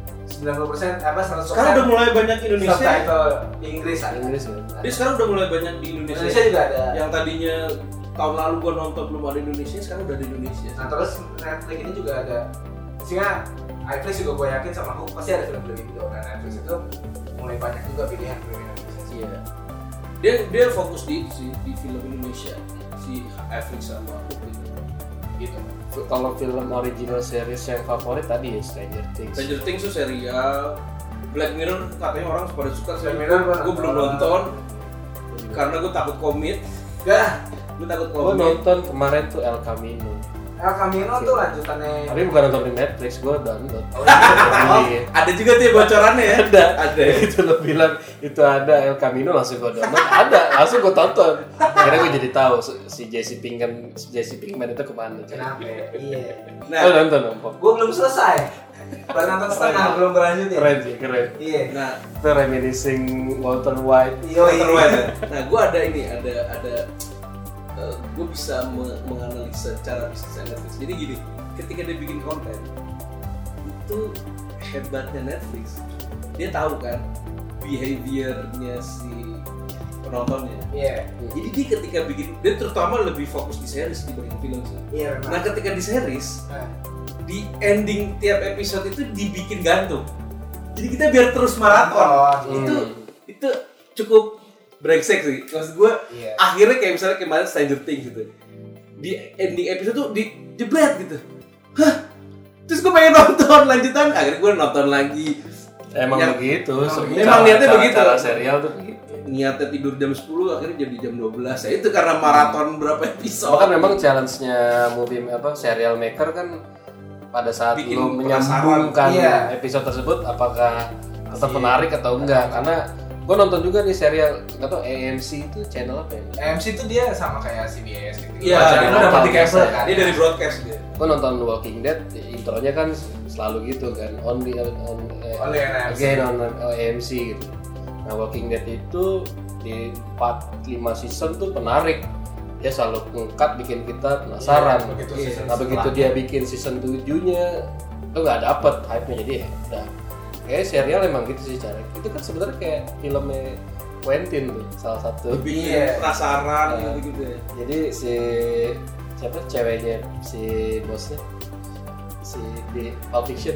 sembilan puluh persen apa seratus persen. Sekarang udah mulai banyak Indonesia. Subtitle Inggris ada. Inggris ya. Dia sekarang udah mulai banyak di Indonesia. Indonesia juga ada. Yang tadinya tahun lalu gua nonton belum ada Indonesia, sekarang udah ada Indonesia. Nah terus Netflix ini juga ada. Sehingga Netflix juga gue yakin sama Hook pasti ada film-film Indo. Nah Netflix itu mulai banyak juga pilihan film Indonesia. Iya. Dia dia fokus di si, di film Indonesia si Netflix sama Hook gitu. Gitu. Kalau film original series yang favorit tadi ya Stranger Things. Stranger Things tuh serial. Black Mirror katanya orang pada suka. Black Mirror gue belum nonton karena gue takut komit. Gak. Gue takut Gue komit. nonton kemarin tuh El Camino. El Camino tuh lanjutannya. Tapi bukan nonton di Netflix, gue download. Oh, iya. Iya. Ada juga tuh ya bocorannya ya. Ada, Ada. Itu lo bilang itu ada El Camino langsung gue download. Ada, langsung gue tonton. Akhirnya gue jadi tahu si Jesse Pinkman, si Jesse Pinkman itu kemana. Kenapa? Iya. Nah, oh, nonton dong, Pop. Gue belum selesai. Baru nonton setengah, belum berlanjutin. Keren sih, keren. Iya. Nah, Itu reminiscing Walter White. Yo, iya. nah gue ada ini, ada ada uh, gue bisa me- menganalisa cara bisnis Netflix. Jadi gini, ketika dia bikin konten, itu hebatnya Netflix. Dia tahu kan behaviornya si penontonnya. Iya. Jadi dia ketika bikin, dia terutama lebih fokus di series dibanding film sih. Iya. Nah ketika di series, Nah. di ending tiap episode itu dibikin gantung. Jadi kita biar terus maraton. Maraton. Itu Hmm. itu cukup brengsek sih. Maksud gue Iya. akhirnya kayak misalnya kemarin Stranger Things gitu. Di ending episode tuh di jebret gitu. Hah? Terus gue pengen nonton lanjutan, akhirnya gue nonton lagi. Emang Yang- begitu. emang Sebenarnya begitu. Emang niatnya cara- begitu. Cara serial tuh begitu. Niatnya tidur jam sepuluh akhirnya jadi jam dua belas. Ya itu karena maraton berapa episode. Bahkan memang challenge-nya movie apa serial maker kan pada saat Bikin lu menyambungkan Iya. episode tersebut apakah tetap Masih- menarik atau enggak, karena gue nonton juga nih serial nggak tahu A M C itu channel apa ya, A M C itu dia sama kayak C B S gitu. Iya, Baca dia lokal dapat di biasa kabel ya. kan. Dia dari broadcast dia. gue nonton Walking Dead intronya kan selalu gitu kan only on eh, Only on A M C. again on A M C gitu. Nah Walking Dead itu di empat lima season tuh menarik, dia selalu ngangkat bikin kita penasaran. Iya, begitu Iya. season Nah begitu setelahnya. dia bikin season tujuh-nya tuh nggak dapet hype-nya, jadi ya udah. Kayak serial emang gitu sih cara. Itu kan sebenarnya kayak filmnya Quentin tuh salah satu. Bikin Iya. penasaran Iya. gitu-gitu ya. Jadi si siapa ceweknya si bosnya si di Pulp Fiction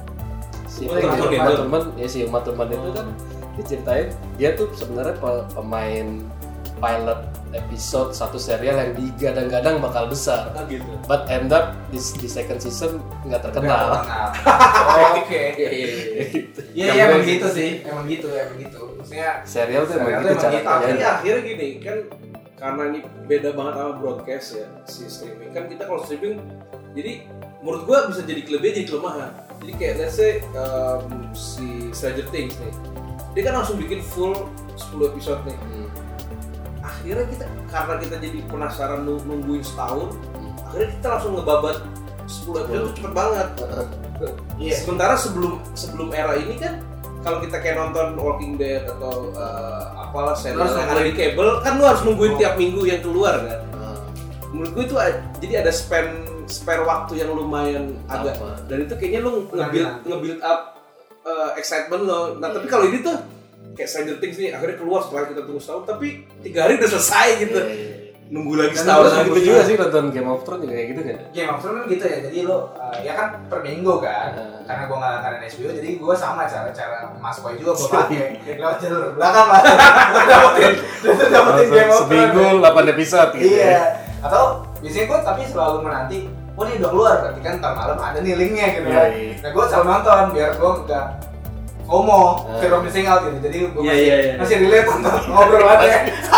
si Oh, Uma Uma Thurman, Thurman. ya si Uma Thurman itu kan diceritain dia tuh sebenarnya pe- pemain pilot episode satu serial yang digadang-gadang bakal besar, Ah gitu. but end up di, di second season nggak terkenal. Oh, Oke. Iya iya iya. Gitu. Iya iya emang gitu sih, emang gitu, emang gitu. Maksudnya Serial tuh emang Serial gitu tuh cara emang gitu. Tapi kerjanya. akhirnya gini kan, karena ini beda banget sama broadcast ya si streaming kan. Kita kalau streaming jadi menurut gua bisa jadi kelebihan jadi kelemahan. Jadi kayak let's say um, si Stranger Things nih, dia kan langsung bikin full sepuluh episode nih. Hmm. Akhirnya kita karena kita jadi penasaran nung- nungguin setahun, Hmm. akhirnya kita langsung ngebabat sepuluh episode tuh cepet banget. iya. Sementara sebelum sebelum era ini kan kalau kita kayak nonton Walking Dead atau uh, apalah serial Harus yang ada di kabel kan lu harus nungguin tiap minggu yang keluar kan. Nah, Menurut gue itu a- jadi ada spend spare waktu yang lumayan agak, Apa? dan itu kayaknya lu nge-build Penampilan. nge-build up uh, excitement lo. Nah, tapi kalau ini tuh kayak Stranger Things nih akhirnya keluar setelah kita tunggu setahun, tapi tiga hari udah selesai gitu. iya, iya. Nunggu lagi Dan setahun terus lagi. Gitu juga sih nonton Game of Thrones juga kayak gitu kan. Game of Thrones kan gitu ya, jadi lo uh, ya kan per minggu kan, Nah. karena gue nggak langganan H B O, jadi gue sama cara-cara Mas Boy juga gue pakai lewat jalur belakang lah, dapetin, dapetin Game of Thrones. Seminggu delapan episode gitu. Iya, ya. atau biasanya gue tapi selalu menanti, oh ini udah keluar, berarti kan ntar malam ada nih linknya gitu Iya, kan. iya. Nah gue selalu nonton biar gue nggak FOMO, Ah. fear of missing out gitu, jadi gue Iya, masih, iya, iya. masih relate nonton ngobrolannya.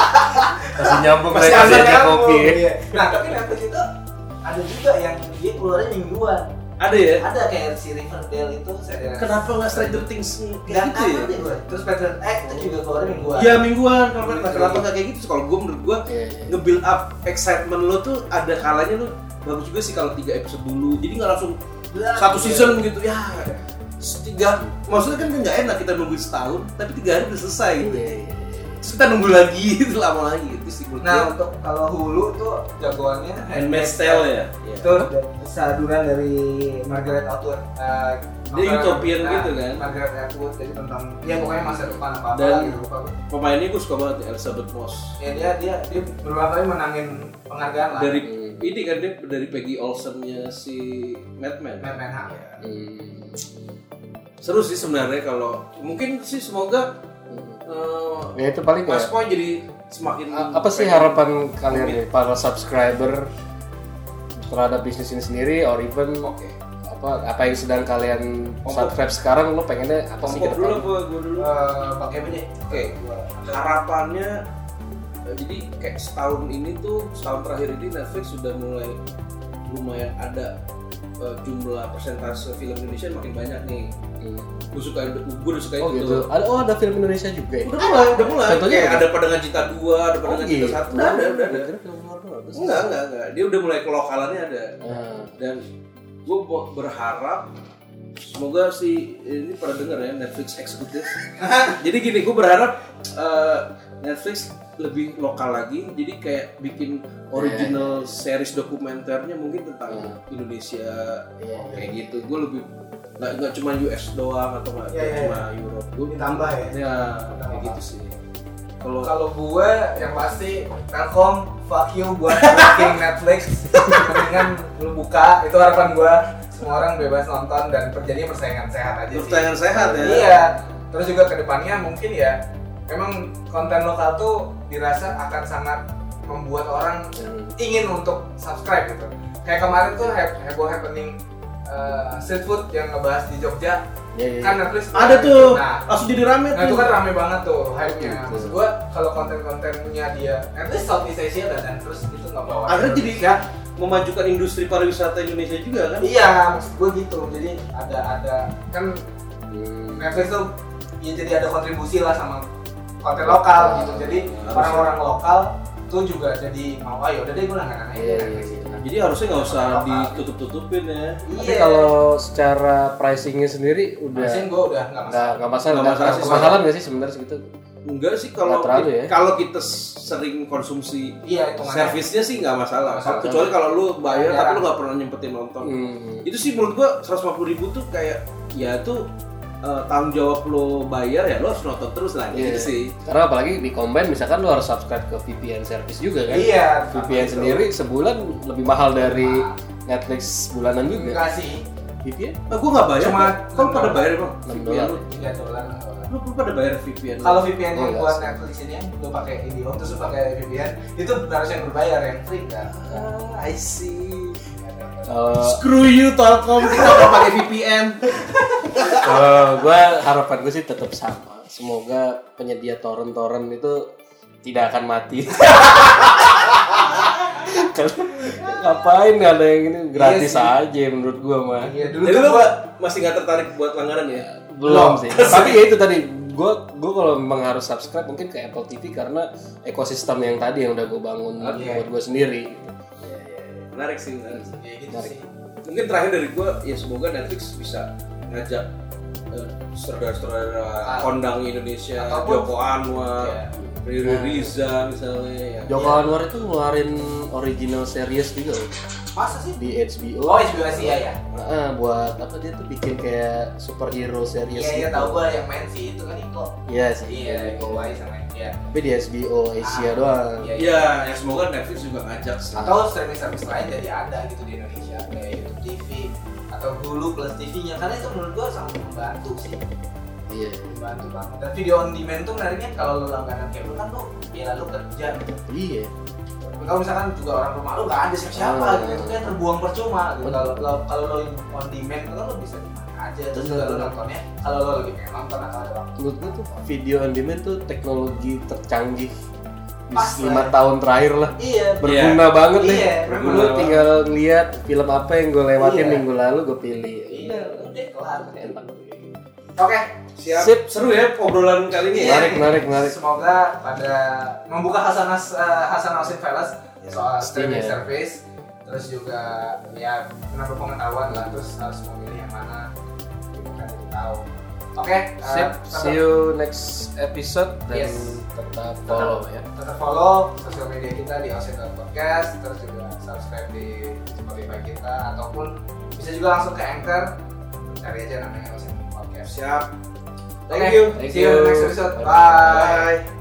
Masih nyambung Masih kayak ada aja nyambung, kopi. iya. Nah tapi Netflix itu ada juga yang dia keluarnya mingguan. Ada ya? Ada kayak si Riverdale itu serial. Kenapa nggak Stranger Things Gak kayak gitu ya? ngerti gue. Terus Patriot Act itu juga keluarnya mingguan. Iya mingguan, kenapa Iya. kenapa nggak kayak gitu? Kalau gue menurut gue Iya, iya. nge-build up excitement lo tuh ada kalanya lo bagus juga sih kalau tiga episode dulu. Jadi nggak langsung Belah, satu iya. season gitu ya. Tiga, maksudnya kan nggak enak kita nungguin setahun, tapi tiga hari udah selesai gitu. Iya, iya, iya. Terus kita nunggu lagi lama lagi itu sih. Nah untuk kalau Hulu tuh jagoannya Handmaid's Tale ya. Itu saduran dari Margaret Atwood. Uh, Dia utopian nah, gitu kan. Margaret Atwood jadi tentang ya pokoknya masa depan apa apa Dan gitu lupa. Pemainnya gue suka banget Elizabeth Moss. Ya dia dia dia beberapa kali menangin penghargaan lah. Dari hmm. ini kan dia dari Peggy Olsen-nya si Mad Men. Mad Men ya. Hmm. Seru sih sebenarnya kalau mungkin sih semoga uh, ya itu paling Mas ya. Point jadi semakin Apa sih harapan kalian nih para subscriber terhadap bisnis ini sendiri, or even Oke. apa apa yang sedang kalian subscribe sekarang, lo pengennya apa sih Kompok ke dulu depan? apa gue dulu? Uh, pakai apa deh? Oke. Harapannya uh, jadi kayak setahun ini tuh setahun terakhir ini Netflix sudah mulai lumayan ada uh, jumlah persentase film Indonesia makin banyak nih. Hmm. Gue suka, gue udah suka Oh itu. gitu. Ada oh ada film Indonesia juga ya? Udah mulai, udah mulai. Contohnya Kayak apa? ada Padangan Cinta dua, ada Padangan Oh, Cinta gitu. satu. Udah ada, udah ada. Kira film luar doang. Enggak, enggak, enggak. Dia udah mulai kelokalannya ada. Ah. Dan gue berharap semoga si ini pada denger ya Netflix eksekutif. Jadi gini, gue berharap uh, Netflix lebih lokal lagi. Jadi kayak bikin original series dokumenternya mungkin tentang Hmm. Indonesia Iya, kayak gitu. Gue lebih nggak nggak cuma U S doang atau nggak Iya, iya, cuma Europe. Gue Ditambah ya. ya kayak gitu sih. Kalau Kalau gue yang pasti Telkom fuck you buat booking Netflix. Mendingan lu buka, itu harapan gue. Semua orang bebas nonton dan terjadi persaingan sehat aja sih. persaingan sehat ya. Iya. Terus juga kedepannya mungkin ya, memang konten lokal tuh dirasa akan sangat membuat orang Hmm. ingin untuk subscribe gitu. Kayak kemarin tuh he- heboh happening uh, street food yang ngebahas di Jogja. Iya, iya. Kan Netflix Ada tuh, Nah, langsung jadi rame Nah tuh. itu kan rame banget tuh hype-nya. Gitu. Maksud gua kalau konten-kontennya dia, at least Southeast Asia dan, dan terus itu nggak bawa. Akhirnya jadi Indonesia. memajukan industri pariwisata Indonesia juga kan? Iya, maksud gua gitu. Jadi ada ada kan Hmm. Netflix tuh ya jadi ada kontribusi lah sama konten lokal Ah, gitu. Jadi harusnya. orang-orang lokal tuh juga jadi mau ah yaudah deh gua langganan aja Iya, Netflix iya, gitu. Jadi harusnya nggak usah Lokal. ditutup-tutupin ya. Tapi Iya. kalau secara pricingnya sendiri udah Masih gua udah nggak nggak masalah. nggak masalah, Nggak nggak masalah sih, kemahalan nggak sih sebenarnya segitu? Enggak sih kalau Nggak terlalu ya. kalau kita sering konsumsi Iya hitungannya. servisnya sih nggak masalah. Nggak masalah. Kecuali kalau lu bayar Jarang. tapi lu nggak pernah nyempetin nonton. Hmm. Itu sih menurut gua seratus lima puluh ribu tuh kayak ya tuh eh, tanggung jawab lo bayar ya lo harus nonton terus lah Iya. gitu sih. Karena apalagi di combine misalkan lu harus subscribe ke V P N service juga kan? Iya. V P N sendiri sebulan lebih mahal dari Netflix bulanan juga. Enggak sih. V P N? Ah gua nggak bayar. Cuma kok Kok pada bayar bang? enam V P N dolar. lu? tiga dolar enam dolar. Lu lu pada bayar V P N? Kalau V P N Oh, yang enggak buat sih. Netflix ini yang lu pakai IndiHome terus lu pakai V P N itu harus yang berbayar yang free kan. Ah, I see. Kalau Screw you Telkom, kita nggak pakai V P N. kalau gue harapan gue sih tetap sama. Semoga penyedia torrent-torrent itu tidak akan mati. Karena ngapain nggak ada yang ini gratis Iya sih. aja menurut gue mah. Iya dulu Jadi tuh lu gua masih nggak tertarik buat langganan ya? Belum sih. Tapi ya itu tadi gue gue kalau memang harus subscribe mungkin ke Apple T V karena ekosistem yang tadi yang udah gue bangun Oke. buat gue sendiri. Menarik sih, menarik. ya gitu Menarik. sih. Mungkin terakhir dari gue ya semoga Netflix bisa ngajak eh, saudara-saudara Ah. kondang Indonesia, Ataupun- Joko Anwar, Iya. Riri Riza misalnya ya. Joko Anwar itu ngeluarin original series juga loh, Masa sih? di H B O. Oh, H B O Asia ya. Nah, buat apa dia tuh bikin kayak superhero series Iya, iya gitu. tahu gua yang main sih itu kan Iko. Iya sih. Iya, Iko Uwais sama dia. Tapi di H B O Asia Ah, doang. Iya, iya. Iya, ya semoga Netflix juga ngajak sih. Atau streaming service lain jadi ada gitu di Indonesia kayak YouTube T V atau Hulu plus T V-nya karena itu menurut gua sangat membantu sih. Iya. Membantu banget. Dan video on demand tuh menariknya kalau lu langganan cable kan lu ya lalu kerja gitu. Iya. Kalau misalkan juga orang rumah lu nggak ada siapa-siapa Hmm. gitu, itu kan terbuang percuma gitu. Betul. Kalau lo- kalau lo on demand itu kan lo bisa di mana aja. Terus juga lo Betul. nontonnya kalau lo lagi pengen nonton atau ada waktu. Menurut gue tuh video on demand tuh teknologi tercanggih di Pas lima lah. tahun terakhir lah. Iya. Berguna banget deh. Iya, Lu berguna tinggal lihat film apa yang gue lewatin Iya. minggu lalu gue pilih. Iya, udah kelar. Enak. Oke. Siap. Sip. Seru ya obrolan kali ini ya. Menarik, menarik, menarik. Semoga pada membuka hasanah uh, hasanah Osin Velas soal streaming pastinya. service, terus juga ya menambah pengetahuan lah, terus harus memilih yang mana kita jadi tahu. Oke, Sip, uh, see you next episode dan Yes. tetap follow ya. Tetap follow sosial media kita di Ocean Podcast, terus juga subscribe di Spotify kita ataupun bisa juga langsung ke Anchor, cari aja namanya Ocean Podcast. Siap. Oke, Thank you. Thank see you you. next episode. Bye-bye. Bye.